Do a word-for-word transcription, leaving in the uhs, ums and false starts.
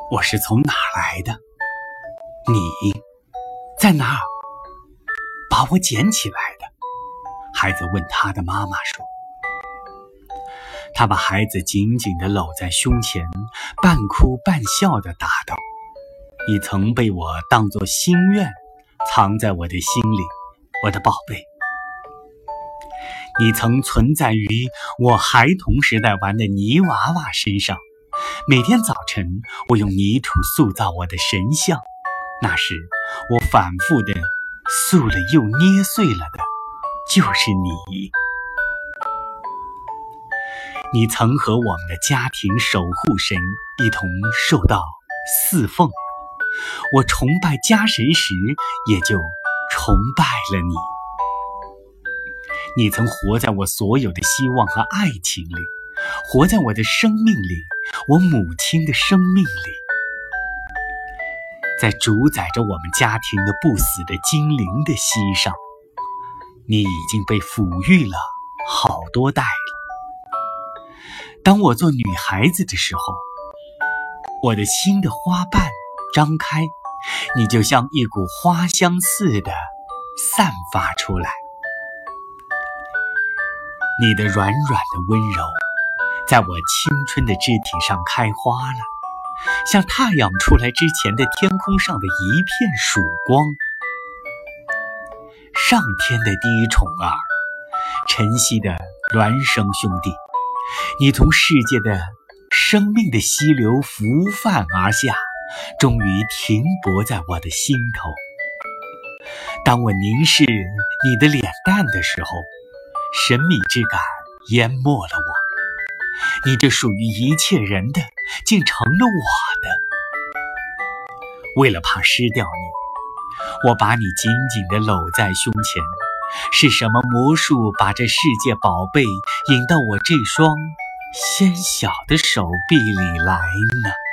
我是从哪儿来的？你在哪儿把我捡起来的？孩子问他的妈妈说。他把孩子紧紧地搂在胸前，半哭半笑地答道：你曾被我当作心愿藏在我的心里，我的宝贝。你曾存在于我孩童时代玩的泥娃娃身上，每天早晨我用泥土塑造我的神像，那时我反复地塑了又捏碎了的就是你。你曾和我们的家庭守护神一同受到侍奉，我崇拜家神时也就崇拜了你。你曾活在我所有的希望和爱情里，活在我的生命里，我母亲的生命里，在主宰着我们家庭的不死的精灵的膝上，你已经被抚育了好多代了。当我做女孩子的时候，我的心的花瓣张开，你就像一股花香似的散发出来。你的软软的温柔在我青春的肢体上开花了，像太阳出来之前的天空上的一片曙光。上天的第一宠儿，晨曦的孪生兄弟，你从世界的生命的溪流浮泛而下，终于停泊在我的心头。当我凝视你的脸蛋的时候，神秘之感淹没了我，你这属于一切人的竟成了我的。为了怕失掉你，我把你紧紧地搂在胸前。是什么魔术把这世界宝贝引到我这双纤小的手臂里来呢？